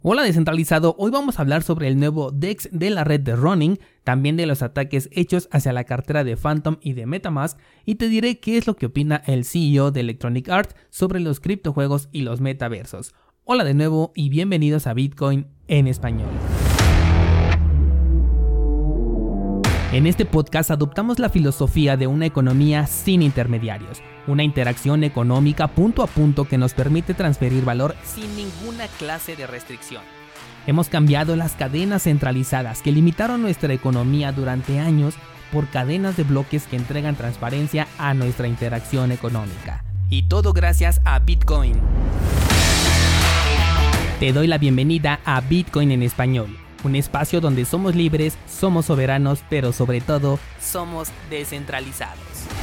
Hola descentralizado, hoy vamos a hablar sobre el nuevo DEX de la red de Ronin, también de los ataques hechos hacia la cartera de Phantom y de MetaMask, y te diré qué es lo que opina el CEO de Electronic Arts sobre los criptojuegos y los metaversos. Hola de nuevo y bienvenidos a Bitcoin en español. En este podcast adoptamos la filosofía de una economía sin intermediarios, una interacción económica punto a punto que nos permite transferir valor sin ninguna clase de restricción. Hemos cambiado las cadenas centralizadas que limitaron nuestra economía durante años por cadenas de bloques que entregan transparencia a nuestra interacción económica. Y todo gracias a Bitcoin. Te doy la bienvenida a Bitcoin en español. Un espacio donde somos libres, somos soberanos, pero sobre todo, somos descentralizados.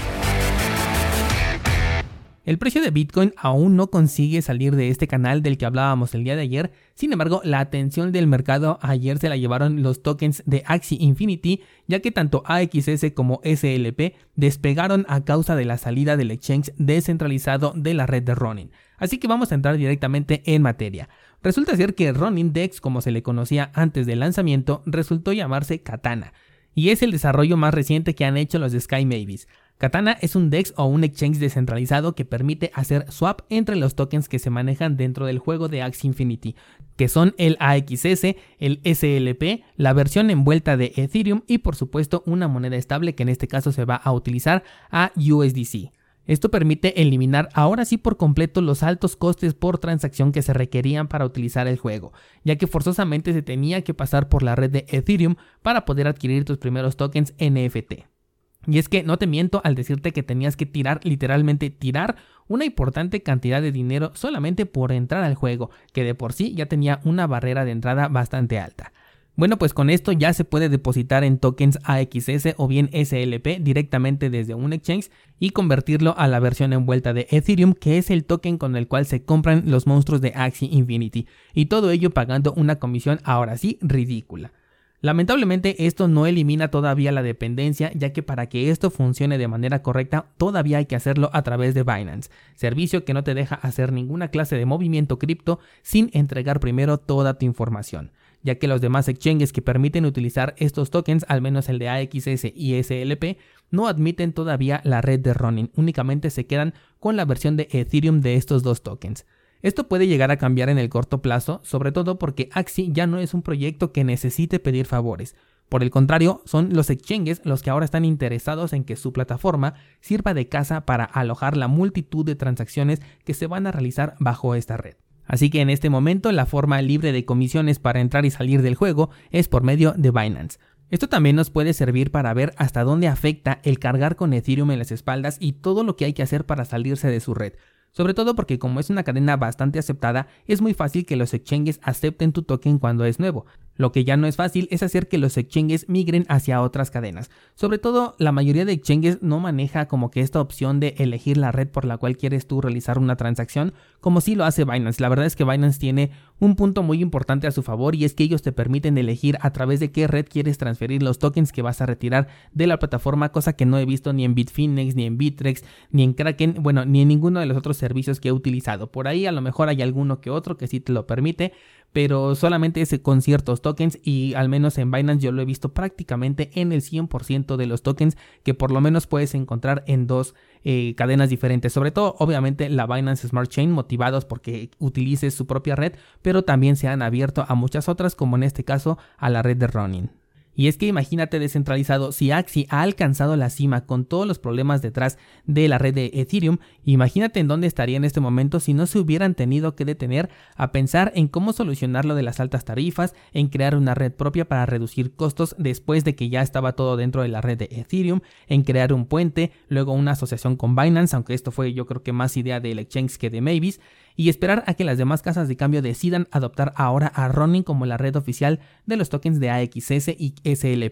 El precio de Bitcoin aún no consigue salir de este canal del que hablábamos el día de ayer. Sin embargo, la atención del mercado ayer se la llevaron los tokens de Axie Infinity, ya que tanto AXS como SLP despegaron a causa de la salida del exchange descentralizado de la red de Ronin. Así que vamos a entrar directamente en materia. Resulta ser que Ronin DEX, como se le conocía antes del lanzamiento, resultó llamarse Katana, y es el desarrollo más reciente que han hecho los de Sky Mavis. Katana es un DEX o un exchange descentralizado que permite hacer swap entre los tokens que se manejan dentro del juego de Axie Infinity, que son el AXS, el SLP, la versión envuelta de Ethereum y por supuesto una moneda estable que en este caso se va a utilizar a USDC. Esto permite eliminar ahora sí por completo los altos costes por transacción que se requerían para utilizar el juego, ya que forzosamente se tenía que pasar por la red de Ethereum para poder adquirir tus primeros tokens NFT. Y es que no te miento al decirte que tenías que literalmente tirar una importante cantidad de dinero solamente por entrar al juego, que de por sí ya tenía una barrera de entrada bastante alta. Bueno, pues con esto ya se puede depositar en tokens AXS o bien SLP directamente desde un exchange y convertirlo a la versión envuelta de Ethereum, que es el token con el cual se compran los monstruos de Axie Infinity, y todo ello pagando una comisión ahora sí ridícula. Lamentablemente esto no elimina todavía la dependencia, ya que para que esto funcione de manera correcta todavía hay que hacerlo a través de Binance, servicio que no te deja hacer ninguna clase de movimiento cripto sin entregar primero toda tu información, ya que los demás exchanges que permiten utilizar estos tokens, al menos el de AXS y SLP, no admiten todavía la red de Ronin, únicamente se quedan con la versión de Ethereum de estos dos tokens. Esto puede llegar a cambiar en el corto plazo, sobre todo porque Axie ya no es un proyecto que necesite pedir favores. Por el contrario, son los exchanges los que ahora están interesados en que su plataforma sirva de casa para alojar la multitud de transacciones que se van a realizar bajo esta red. Así que en este momento la forma libre de comisiones para entrar y salir del juego es por medio de Binance. Esto también nos puede servir para ver hasta dónde afecta el cargar con Ethereum en las espaldas y todo lo que hay que hacer para salirse de su red. Sobre todo porque como es una cadena bastante aceptada, es muy fácil que los exchanges acepten tu token cuando es nuevo. Lo que ya no es fácil es hacer que los exchanges migren hacia otras cadenas. Sobre todo, la mayoría de exchanges no maneja como que esta opción de elegir la red por la cual quieres tú realizar una transacción, como sí lo hace Binance. La verdad es que Binance tiene un punto muy importante a su favor, y es que ellos te permiten elegir a través de qué red quieres transferir los tokens que vas a retirar de la plataforma, cosa que no he visto ni en Bitfinex, ni en Bittrex, ni en Kraken, bueno, ni en ninguno de los otros servicios que he utilizado. Por ahí a lo mejor hay alguno que otro que sí te lo permite, pero solamente es con ciertos tokens, y al menos en Binance yo lo he visto prácticamente en el 100% de los tokens que por lo menos puedes encontrar en dos cadenas diferentes. Sobre todo obviamente la Binance Smart Chain, motivados porque utilices su propia red, pero también se han abierto a muchas otras, como en este caso a la red de Ronin. Y es que imagínate descentralizado, si Axie ha alcanzado la cima con todos los problemas detrás de la red de Ethereum, imagínate en dónde estaría en este momento si no se hubieran tenido que detener a pensar en cómo solucionar lo de las altas tarifas, en crear una red propia para reducir costos después de que ya estaba todo dentro de la red de Ethereum, en crear un puente, luego una asociación con Binance, aunque esto fue yo creo que más idea del exchange que de Mavis, y esperar a que las demás casas de cambio decidan adoptar ahora a Ronin como la red oficial de los tokens de AXS y SLP,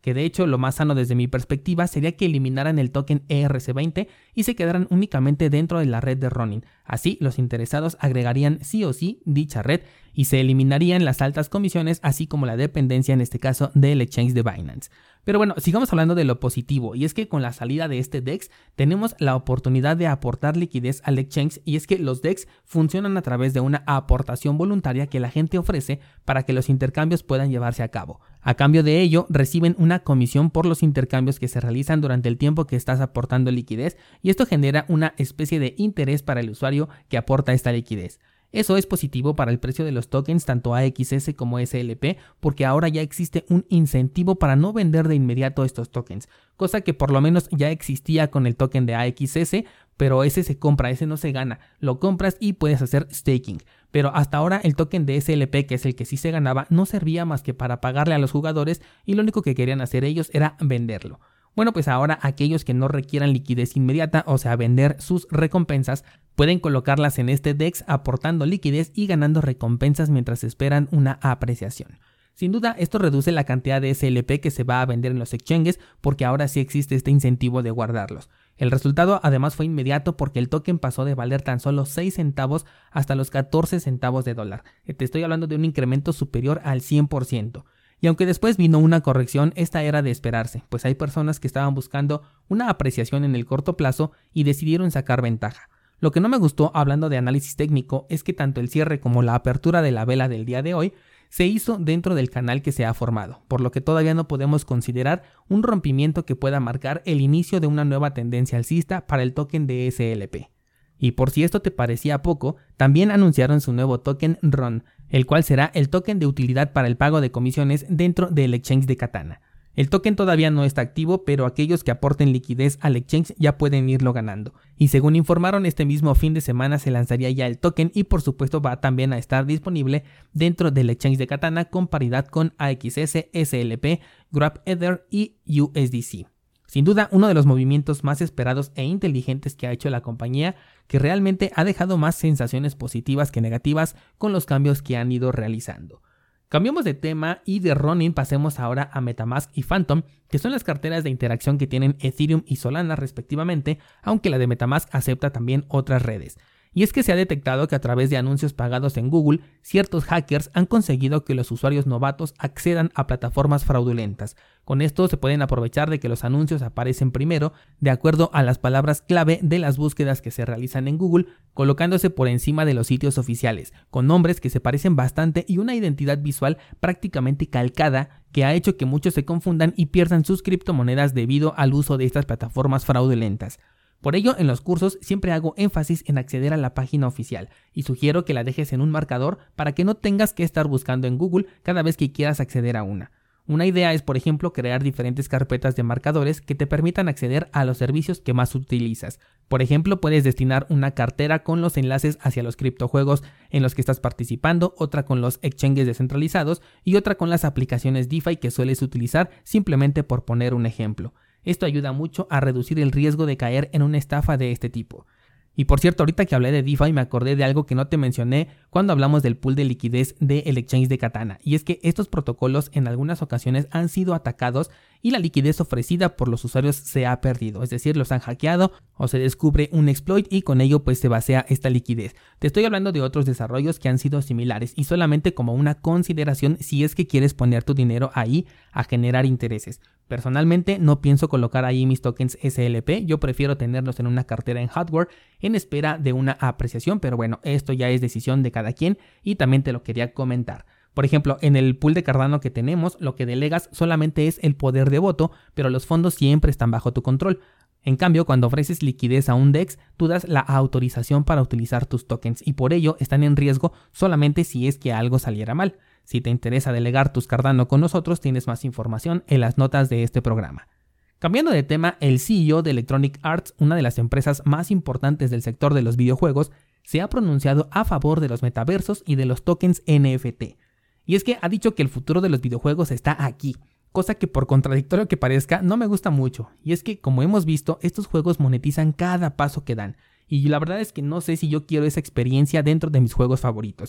que de hecho lo más sano desde mi perspectiva sería que eliminaran el token ERC20 y se quedaran únicamente dentro de la red de Ronin. Así los interesados agregarían sí o sí dicha red y se eliminarían las altas comisiones, así como la dependencia en este caso del exchange de Binance. Pero bueno, sigamos hablando de lo positivo, y es que con la salida de este DEX tenemos la oportunidad de aportar liquidez al exchange, y es que los DEX funcionan a través de una aportación voluntaria que la gente ofrece para que los intercambios puedan llevarse a cabo. A cambio de ello, reciben una comisión por los intercambios que se realizan durante el tiempo que estás aportando liquidez, y esto genera una especie de interés para el usuario que aporta esta liquidez. Eso es positivo para el precio de los tokens tanto AXS como SLP, porque ahora ya existe un incentivo para no vender de inmediato estos tokens, cosa que por lo menos ya existía con el token de AXS, pero ese se compra, ese no se gana, lo compras y puedes hacer staking. Pero hasta ahora el token de SLP, que es el que sí se ganaba, no servía más que para pagarle a los jugadores y lo único que querían hacer ellos era venderlo. Bueno, pues ahora aquellos que no requieran liquidez inmediata, o sea, vender sus recompensas, pueden colocarlas en este DEX aportando liquidez y ganando recompensas mientras esperan una apreciación. Sin duda, esto reduce la cantidad de SLP que se va a vender en los exchanges porque ahora sí existe este incentivo de guardarlos. El resultado además fue inmediato porque el token pasó de valer tan solo 6 centavos hasta los 14 centavos de dólar. Te estoy hablando de un incremento superior al 100%. Y aunque después vino una corrección, esta era de esperarse, pues hay personas que estaban buscando una apreciación en el corto plazo y decidieron sacar ventaja. Lo que no me gustó, hablando de análisis técnico, es que tanto el cierre como la apertura de la vela del día de hoy se hizo dentro del canal que se ha formado, por lo que todavía no podemos considerar un rompimiento que pueda marcar el inicio de una nueva tendencia alcista para el token de SLP. Y por si esto te parecía poco, también anunciaron su nuevo token RON, el cual será el token de utilidad para el pago de comisiones dentro del exchange de Katana. El token todavía no está activo, pero aquellos que aporten liquidez al exchange ya pueden irlo ganando. Y según informaron, este mismo fin de semana se lanzaría ya el token y por supuesto va también a estar disponible dentro del exchange de Katana con paridad con AXS, SLP, Grab Ether y USDC. Sin duda, uno de los movimientos más esperados e inteligentes que ha hecho la compañía, que realmente ha dejado más sensaciones positivas que negativas con los cambios que han ido realizando. Cambiamos de tema y de Ronin pasemos ahora a MetaMask y Phantom, que son las carteras de interacción que tienen Ethereum y Solana respectivamente, aunque la de MetaMask acepta también otras redes. Y es que se ha detectado que a través de anuncios pagados en Google, ciertos hackers han conseguido que los usuarios novatos accedan a plataformas fraudulentas. Con esto se pueden aprovechar de que los anuncios aparecen primero de acuerdo a las palabras clave de las búsquedas que se realizan en Google, colocándose por encima de los sitios oficiales, con nombres que se parecen bastante y una identidad visual prácticamente calcada que ha hecho que muchos se confundan y pierdan sus criptomonedas debido al uso de estas plataformas fraudulentas. Por ello, en los cursos siempre hago énfasis en acceder a la página oficial y sugiero que la dejes en un marcador para que no tengas que estar buscando en Google cada vez que quieras acceder a una. Una idea es, por ejemplo, crear diferentes carpetas de marcadores que te permitan acceder a los servicios que más utilizas. Por ejemplo, puedes destinar una cartera con los enlaces hacia los criptojuegos en los que estás participando, otra con los exchanges descentralizados y otra con las aplicaciones DeFi que sueles utilizar, simplemente por poner un ejemplo. Esto ayuda mucho a reducir el riesgo de caer en una estafa de este tipo. Y por cierto, ahorita que hablé de DeFi me acordé de algo que no te mencioné cuando hablamos del pool de liquidez del exchange de Katana. Y es que estos protocolos en algunas ocasiones han sido atacados y la liquidez ofrecida por los usuarios se ha perdido. Es decir, los han hackeado o se descubre un exploit y con ello pues se vacía esta liquidez. Te estoy hablando de otros desarrollos que han sido similares y solamente como una consideración si es que quieres poner tu dinero ahí a generar intereses. Personalmente no pienso colocar ahí mis tokens SLP, yo prefiero tenerlos en una cartera en hardware en espera de una apreciación, pero bueno, esto ya es decisión de cada quien y también te lo quería comentar. Por ejemplo, en el pool de Cardano que tenemos, lo que delegas solamente es el poder de voto, pero los fondos siempre están bajo tu control. En cambio, cuando ofreces liquidez a un DEX, tú das la autorización para utilizar tus tokens y por ello están en riesgo solamente si es que algo saliera mal. Si te interesa delegar tus Cardano con nosotros, tienes más información en las notas de este programa. Cambiando de tema, el CEO de Electronic Arts, una de las empresas más importantes del sector de los videojuegos, se ha pronunciado a favor de los metaversos y de los tokens NFT. Y es que ha dicho que el futuro de los videojuegos está aquí, cosa que por contradictorio que parezca no me gusta mucho. Y es que, como hemos visto, estos juegos monetizan cada paso que dan. Y la verdad es que no sé si yo quiero esa experiencia dentro de mis juegos favoritos.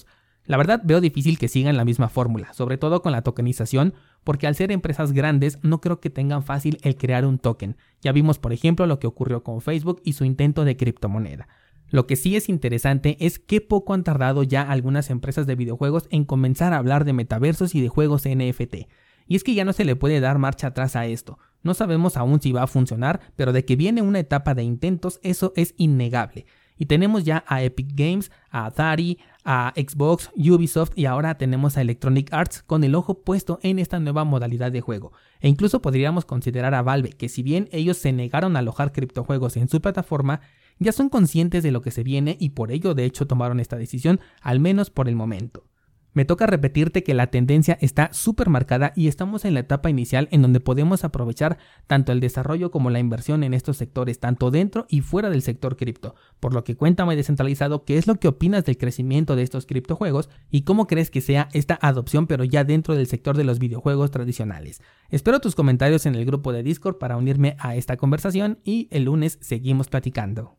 La verdad veo difícil que sigan la misma fórmula, sobre todo con la tokenización, porque al ser empresas grandes no creo que tengan fácil el crear un token. Ya vimos por ejemplo lo que ocurrió con Facebook y su intento de criptomoneda. Lo que sí es interesante es qué poco han tardado ya algunas empresas de videojuegos en comenzar a hablar de metaversos y de juegos NFT. Y es que ya no se le puede dar marcha atrás a esto. No sabemos aún si va a funcionar, pero de que viene una etapa de intentos, eso es innegable. Y tenemos ya a Epic Games, a Atari, a Xbox, Ubisoft y ahora tenemos a Electronic Arts con el ojo puesto en esta nueva modalidad de juego. E incluso podríamos considerar a Valve, que si bien ellos se negaron a alojar criptojuegos en su plataforma, ya son conscientes de lo que se viene y por ello de hecho tomaron esta decisión, al menos por el momento. Me toca repetirte que la tendencia está súper marcada y estamos en la etapa inicial en donde podemos aprovechar tanto el desarrollo como la inversión en estos sectores, tanto dentro y fuera del sector cripto. Por lo que cuéntame descentralizado qué es lo que opinas del crecimiento de estos criptojuegos y cómo crees que sea esta adopción pero ya dentro del sector de los videojuegos tradicionales. Espero tus comentarios en el grupo de Discord para unirme a esta conversación y el lunes seguimos platicando.